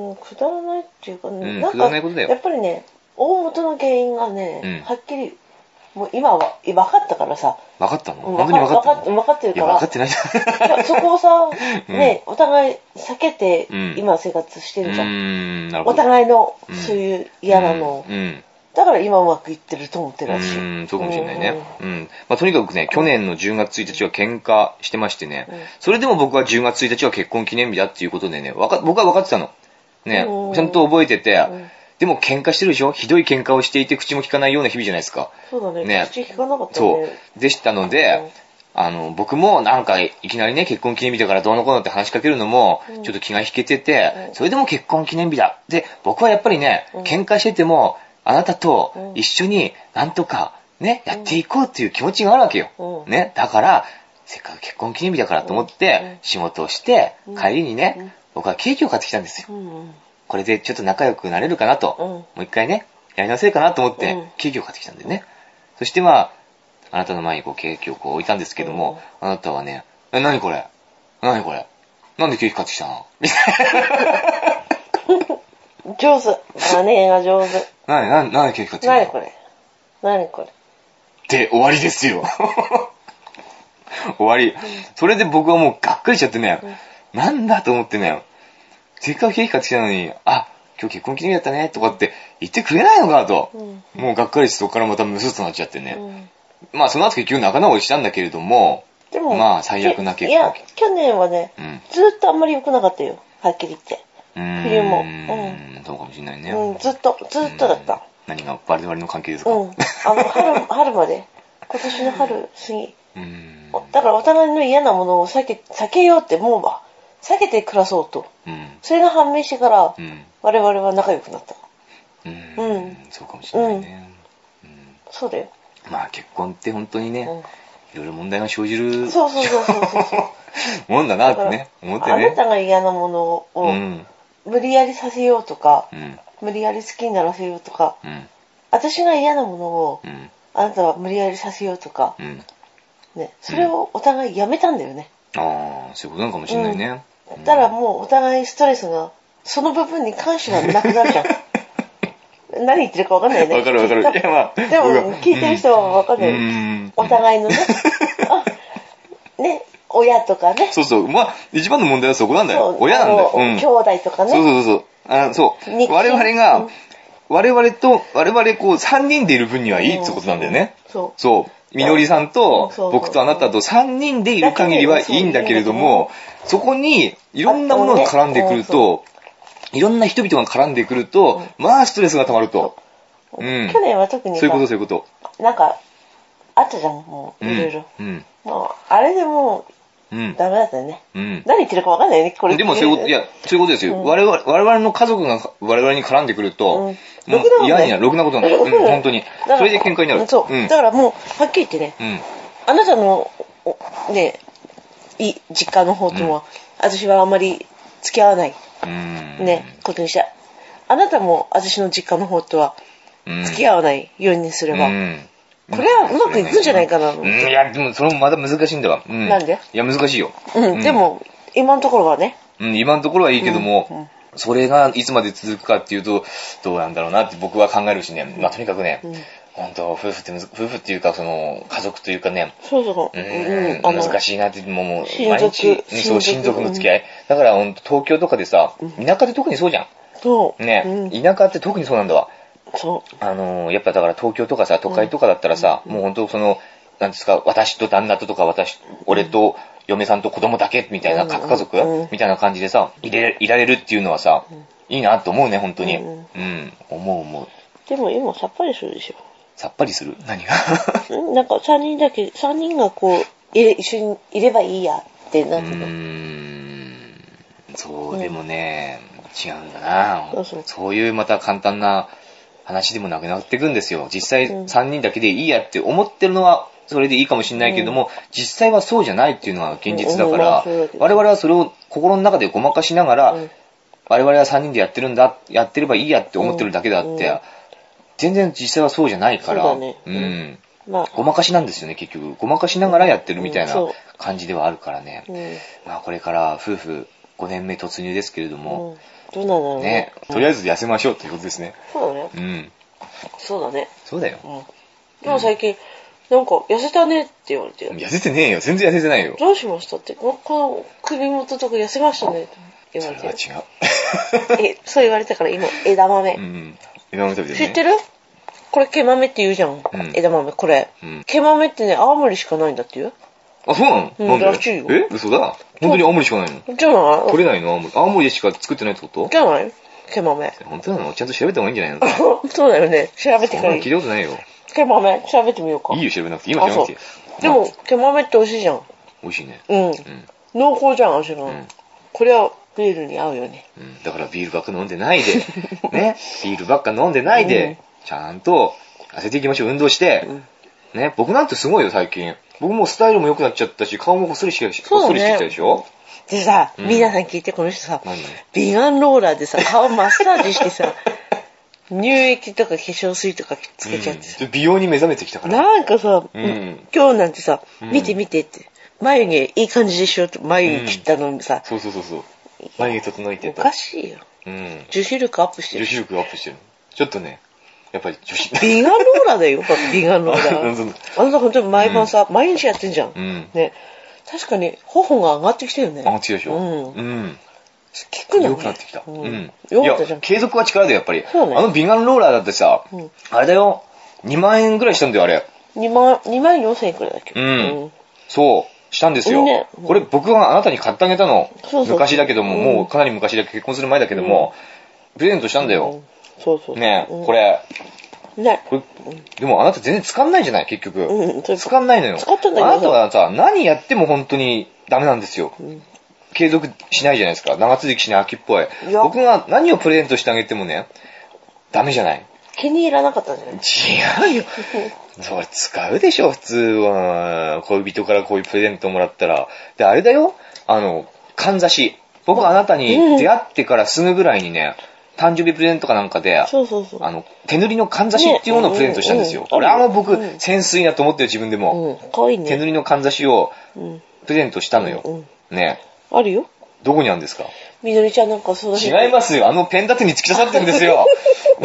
うん、くだらないっていうかね、 うん、なんかくだらないことだよ。 やっぱりね、大元の原因がね、うん、はっきり、もう今は、分かったからさ。 分かったの？本当に分かったの？ 分かってるから。いや、分かってないじゃん。そこをさ、ね、うん、お互い避けて、今生活してるじゃん。うん、なるほど。お互いの、そういう嫌なの。うんうん、だから今うまくいってると思ってるらしい。 うん、そうかもしれないね。うん。うん、まあ、とにかくね、去年のじゅうがつついたちは喧嘩してましてね、うん、それでも僕はじゅうがつついたちは結婚記念日だっていうことでね、わか僕は分かってたの。ね、ちゃんと覚えてて、うんでも喧嘩してるでしょ？ひどい喧嘩をしていて口も利かないような日々じゃないですか。 そうだね。ね、口利かなかったね。 そう。でしたので、うん、あの、僕もなんかいきなりね、結婚記念日だからどうのこうのって話しかけるのも、ちょっと気が引けてて、うん、それでも結婚記念日だ。で、僕はやっぱりね、うん、喧嘩してても、あなたと一緒になんとかね、やっていこうっていう気持ちがあるわけよ。うん、ね。だから、せっかく結婚記念日だからと思って、仕事をして、帰りにね、僕はケーキを買ってきたんですよ。うんこれでちょっと仲良くなれるかなと、うん、もう一回ね、やり直せるかなと思って、ケーキを買ってきたんだよね。そしてまあ、あなたの前にこうケーキをこう置いたんですけども、うん、あなたはね、え、なにこれなにこれなんでケーキ買ってきたのみたいな。上手。姉が上手。 なに、なに、なにケーキ買ってきたのなにこれなにこれで、終わりですよ。終わり。それで僕はもうがっかりしちゃってね、うん、なんだと思ってね、せっかくケーキ買ってきたのに、あ、今日結婚記念日だったね、とかって言ってくれないのかと。うん、もうがっかりしてそこからまたムスッとなっちゃってね。うん、まあその後結局仲直りしたんだけれども、でもまあ最悪な結果。 いや、去年はね、うん、ずっとあんまり良くなかったよ。はっきり言って。 冬も。うん。 そうかもしれないね。 うん、ずっと、ずっとだった。 何が我々の関係ですか？ うん。あの、春、春まで。今年の春過ぎ。うん。だからお互いの嫌なものを避け、避けようってもう、避けて暮らそうと。うん。それが判明してから、うん、我々は仲良くなった。 うん。うん。そうかもしれないね。 うん。うん、そうだよ。 まあ結婚って本当にね、うん、いろいろ問題が生じる。 そうそうそうそうそう。 もんだなってね、思ってね。 あなたが嫌なものを、無理やりさせようとか、うん、無理やり好きにならせようとか、うん、私が嫌なものを、うん、あなたは無理やりさせようとか、うん、ね、それをお互いやめたんだよね。 うん、ああ、そういうことなのかもしれないね。 うん、だからもうお互いストレスが、その部分に関してはなくなるじゃん。何言ってるか分かんないね。 分かる分かる。いや、まあ、でも聞いてる人は分かんない。うん、お互いのね。ね、親とかね。 そうそう。まあ、一番の問題はそこなんだよ。親なんだよ。 うん、兄弟とかね。 そうそうそう。あそう。我々が、うん、我々と、我々こう、三人でいる分にはいいってことなんだよね。そう。そう。みのりさんと、僕とあなたと三人でいる限りはいいんだけれども、そこにいろんなものが絡んでくると、いろんな人々が絡んでくると、まあストレスが溜まると。 うん。去年は特にそういうこと、そういうこと。 なんか、あったじゃん、もう、いろいろ。うん。もう、あれでもう、うん、ダメだったよね。うん。何言ってるか分かんないね、これ。 でもそういうこと、いや、そういうことですよ。うん、我々、我々の家族が我々に絡んでくると、うん、もう嫌になる、ろくなことになる。うん、本当に。それで喧嘩になる。 そう。うん、だからもう、はっきり言ってね、うん、あなたの、ね、い、実家の方とは、うん、私はあまり付き合わない。うん。ね、ことにした。あなたも私の実家の方とは、付き合わないようにすれば、うん、これはうまくいくんじゃないかな、 うん。いや、でもそれもまだ難しいんだわ。うん、 なんで？ いや、難しいよ。 うん、うん、でも、今のところはね。 うん、今のところはいいけども、うんうん、それがいつまで続くかっていうと、どうなんだろうなって僕は考えるしね。まあ、とにかくね、うん、本当夫婦って、夫婦っていうか、その、家族というかね、 そうそう。 うん、難しいなって、もう、もう毎日、そう、親族の付き合い。うん、だから、本当東京とかでさ、田舎で特にそうじゃん。そう。ね、うん、田舎って特にそうなんだわ。そう。あのー、やっぱだから東京とかさ、都会とかだったらさ、うん、もう本当その、なんですか、私と旦那ととか、私、俺と嫁さんと子供だけみたいな、核家族、うん、みたいな感じでさ、いれ、いられるっていうのはさ、うん、いいなと思うね、本当に。うん。うん、思う思う。 でも今さっぱりするでしょ。 さっぱりする？何がなんか三人だけ、三人がこう、いれ、一緒にいればいいやってなってた。うーん。そう、でもね、違うんだな。そうそう。そういうまた簡単な話でもなくなっていくんですよ。実際さんにんだけでいいやって思ってるのはそれでいいかもしれないけども、うん、実際はそうじゃないっていうのが現実だから、うんうん、我々はそれを心の中でごまかしながら、うん、我々はさんにんでやってるんだ、やってればいいやって思ってるだけであって、うんうん、全然実際はそうじゃないから、そうだね、うん、まあ、ごまかしなんですよね、結局。ごまかしながらやってるみたいな感じではあるからね。うん、まあこれから夫婦ごねんめ突入ですけれども、 うん、どうなんだろうね。 ね、とりあえず痩せましょうということですね。 そうだね。うん。そうだね。 そうだよ。うん。 でも最近、うん、なんか痩せたねって言われて。 痩せてねえよ。全然痩せてないよ。 どうしましたって。この首元とか痩せましたねって言われて。 それは違う。え、そう言われたから今、枝豆。うん。 枝豆食べてる、 ね。知ってる？これ毛豆って言うじゃん。うん、枝豆、これ、うん。毛豆ってね、青森しかないんだって言う？ あ、そうなの？うん、なんで？らしいよ。え？嘘だ。本当に青森しかないの？ じゃない？ 取れないの？青森。青森でしか作ってないってこと？ じゃない？毛豆。 本当なの？ちゃんと調べた方がいいんじゃないの？そうだよね。調べてからいい。 聞いたことないよ。 毛豆、調べてみようか。 いいよ、調べなくて。今調べなくて。 でも、毛豆って美味しいじゃん。 美味しいね。 うん。うん、濃厚じゃん、味が。うん、これはビールに合うよね。 うん。だからビールばっか飲んでないで、ね。ビールばっか飲んでないで、うん、ちゃんと痩せていきましょう。運動して。うん、ね。僕なんてすごいよ、最近。僕もスタイルも良くなっちゃったし、顔もほっそりしてきた、ほっそりしてきたでしょ？ でさ、うん、皆さん聞いて、この人さ、美顔ローラーでさ、顔マッサージしてさ、乳液とか化粧水とかつけちゃってさ、 うん、美容に目覚めてきたから。 なんかさ、うん、今日なんてさ、見て見てって、眉毛いい感じでしょって眉毛切ったのにさ、うん、 そうそうそうそう。眉毛整えてた。おかしいよ。うん。女子力アップしてる。 女子力アップしてる。ちょっとね、やっぱり女子。 美顔ローラーだよ、美顔ローラー。あなた本当に毎晩さ、うん、毎日やってんじゃん。うん。ね。確かに、頬が上がってきてるね。 上がってきたでしょ。うん。うん。 効くのね。 良くなってきた。うん。 よかったじゃん。 継続は力だよ、やっぱり。そうね。あの美顔ローラーだってさ、うん、あれだよ、にまんえんぐらいしたんだよ、あれ。 にまん、にまんよんせんえんくらいだっけ。 うん。そう。 したんですよ。ね、これ僕があなたに買ってあげたの。そうそうそう、昔だけども、うん、もうかなり昔だけ結婚する前だけども、うん、プレゼントしたんだよ。うん、 そうそう。 ねえ、うん、これ。 ね。 これでもあなた全然使んないじゃない、結局。 うん、 使んないのよ。 使ったんだけど。 あなたはさ、何やっても本当にダメなんですよ。うん、継続しないじゃないですか。長続きしない秋っぽい。い僕が何をプレゼントしてあげてもね、ダメじゃない。 気に入らなかったんじゃない？ 違うよ。それ使うでしょ、普通は。恋人からこういうプレゼントもらったら。で、あれだよ。あの、かんざし。僕はあなたに出会ってからすぐぐらいにね、誕生日プレゼントかなんかで、 そうそうそう、 あの、手塗りのかんざしっていうものをプレゼントしたんですよ。これはもう僕、うん、潜水だと思ってる自分でも。 うん、かわいいね。 手塗りのかんざしをプレゼントしたのよ。うんうん、ね。 あるよ。 どこにあるんですか？ みどりちゃんなんかそうだし違いますよ。あのペン立てに突き刺さってるんですよ。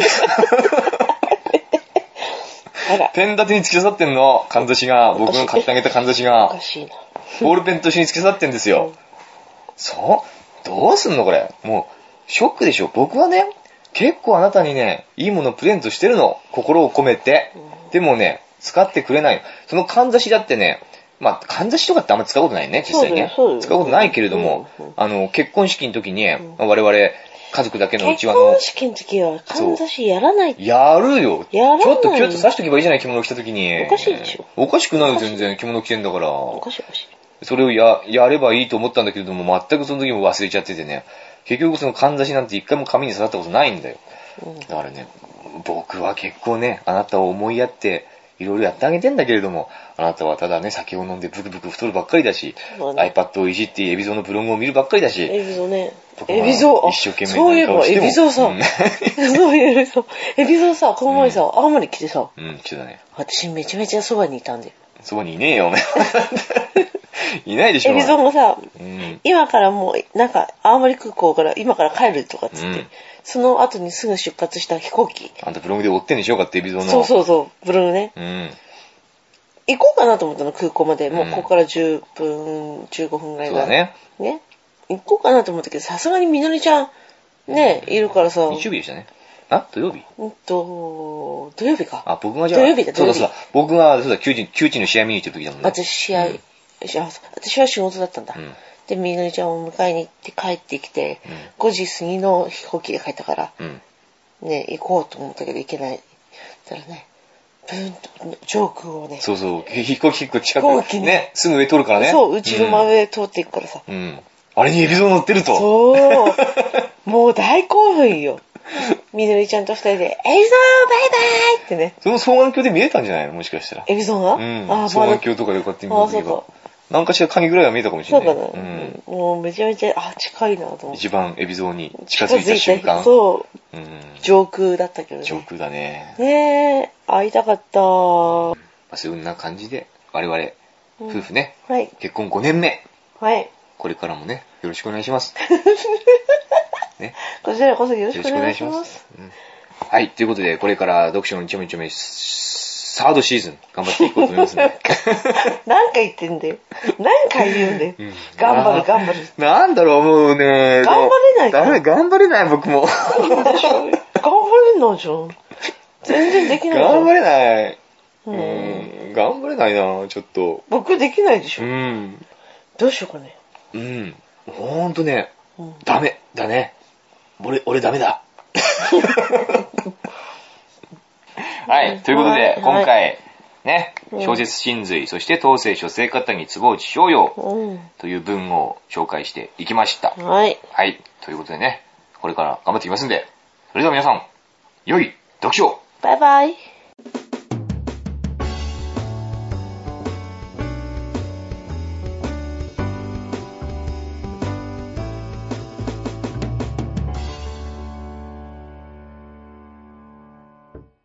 あら。 ペン立てに突き刺さってんの。かんざしが。僕が買ってあげたかんざしが。 おかしいな。 ボールペンと一緒に突き刺さってんですよ。うん、そうどうすんのこれ。もう、ショックでしょ。僕はね、結構あなたにね、いいものをプレゼントしてるの。心を込めて。うん、でもね、使ってくれない。そのかんざしだってね、まあ、かんざしとかってあんま使うことないね、実際ね。使うことないけれども、うんうん、あの、結婚式の時に、うん、我々、家族だけのうちわの。 結婚式の時は、かんざしやらない。 やるよ。 やらない。 ちょっとキュッと刺しとけばいいじゃない、着物着た時に。 おかしいでしょ。 おかしくないよ、全然。着物着てんだから。 おかしいおかしい。 それをや、やればいいと思ったんだけれども、全くその時も忘れちゃっててね。結局そのかんざしなんて一回も紙に刺さったことないんだよ。うん、だからね、僕は結構ね、あなたを思いやって、いろいろやってあげてんだけれども、あなたはただね、酒を飲んでブクブク太るばっかりだし、ね、iPad をいじってエビゾのブログを見るばっかりだし、 エビゾね。エビゾ、 一生懸命そういえばエビゾさ、うん、そういえばエビゾさ、この前さ、うん、青森来てさ、 うん、来てたね。 私めちゃめちゃそばにいたんだよ。 そばにいねえよ、お前。いないでしょ。 エビゾもさ、うん、今からもう、なんか、青森空港から今から帰るとかっつって、うん、その後にすぐ出発した飛行機。 あんたブログで追ってんでしょうかって、エビゾの。 そうそうそう、ブログね。 うん。 行こうかなと思ったの、空港まで。もうここからじゅっぷん、じゅうごふんぐらいだ。そうだね。 ね。行こうかなと思ったけど、さすがにみのりちゃん、ね、いるからさ。 日曜日でしたね。あ土曜日うんと、土曜日か。 あ、僕がじゃあ。 土曜日だ、土曜日。 そうだそうだ。僕が、そうだ、キューチ、キューチの試合見に行ってる時だもんね。 私、試合、うん、私は仕事だったんだ。うん、で、みのりちゃんを迎えに行って帰ってきて、うん、ごじ過ぎの飛行機で帰ったから、うん、ね、行こうと思ったけど行けない。だからね、ブーンと上空をね。 そうそう、飛行機結構近くね、ね、すぐ上通るからね。 そう、うちの真上通っていくからさ。 うん。うん、あれにエビゾ乗ってると。 そう。もう大興奮よ。みのりちゃんと二人で、エビゾーバイバイってね。 その双眼鏡で見えたんじゃないのもしかしたら。 エビゾーがうん。あ双眼鏡とかでこうやって見た時が。何かしら影ぐらいは見えたかもしれない。 そうかな。うん。もうめちゃめちゃ、あ、近いなと思って。 一番エビゾーに近づいた瞬間。 そう。うん。上空だったけどね。 上空だね。 ねえ、会いたかった。 まあ、そんな感じで、我々、夫婦ね。 うん、はい。 結婚ごねんめ。 はい。 これからもね、よろしくお願いします。 ね。こちらこそよろしくお願いします。よろしくお願いします。 うん、はい。ということで、これから読書の一丁目一丁目、サードシーズン、頑張っていこうと思いますね。 何回言ってんだよ。何回言うんだよ。うん、頑張る、頑張る。 なんだろう、もうね。 頑張れないか。 ダメ、頑張れない、僕も。 頑張れないじゃん。全然できないじゃん。 頑張れない。うん。頑張れないな、ちょっと。 僕できないでしょ。 うん。 どうしようかね。 うん。ほんとね、うん、ダメ、だね。俺、俺ダメだ。はい。ということで、今回、はい、ね、小説真髄、そして当世書生方に壺内逍遙という文を紹介していきました。 はい。 はい。ということでね、これから頑張っていきますんで、それでは皆さん、良い読書を。 バイバイ。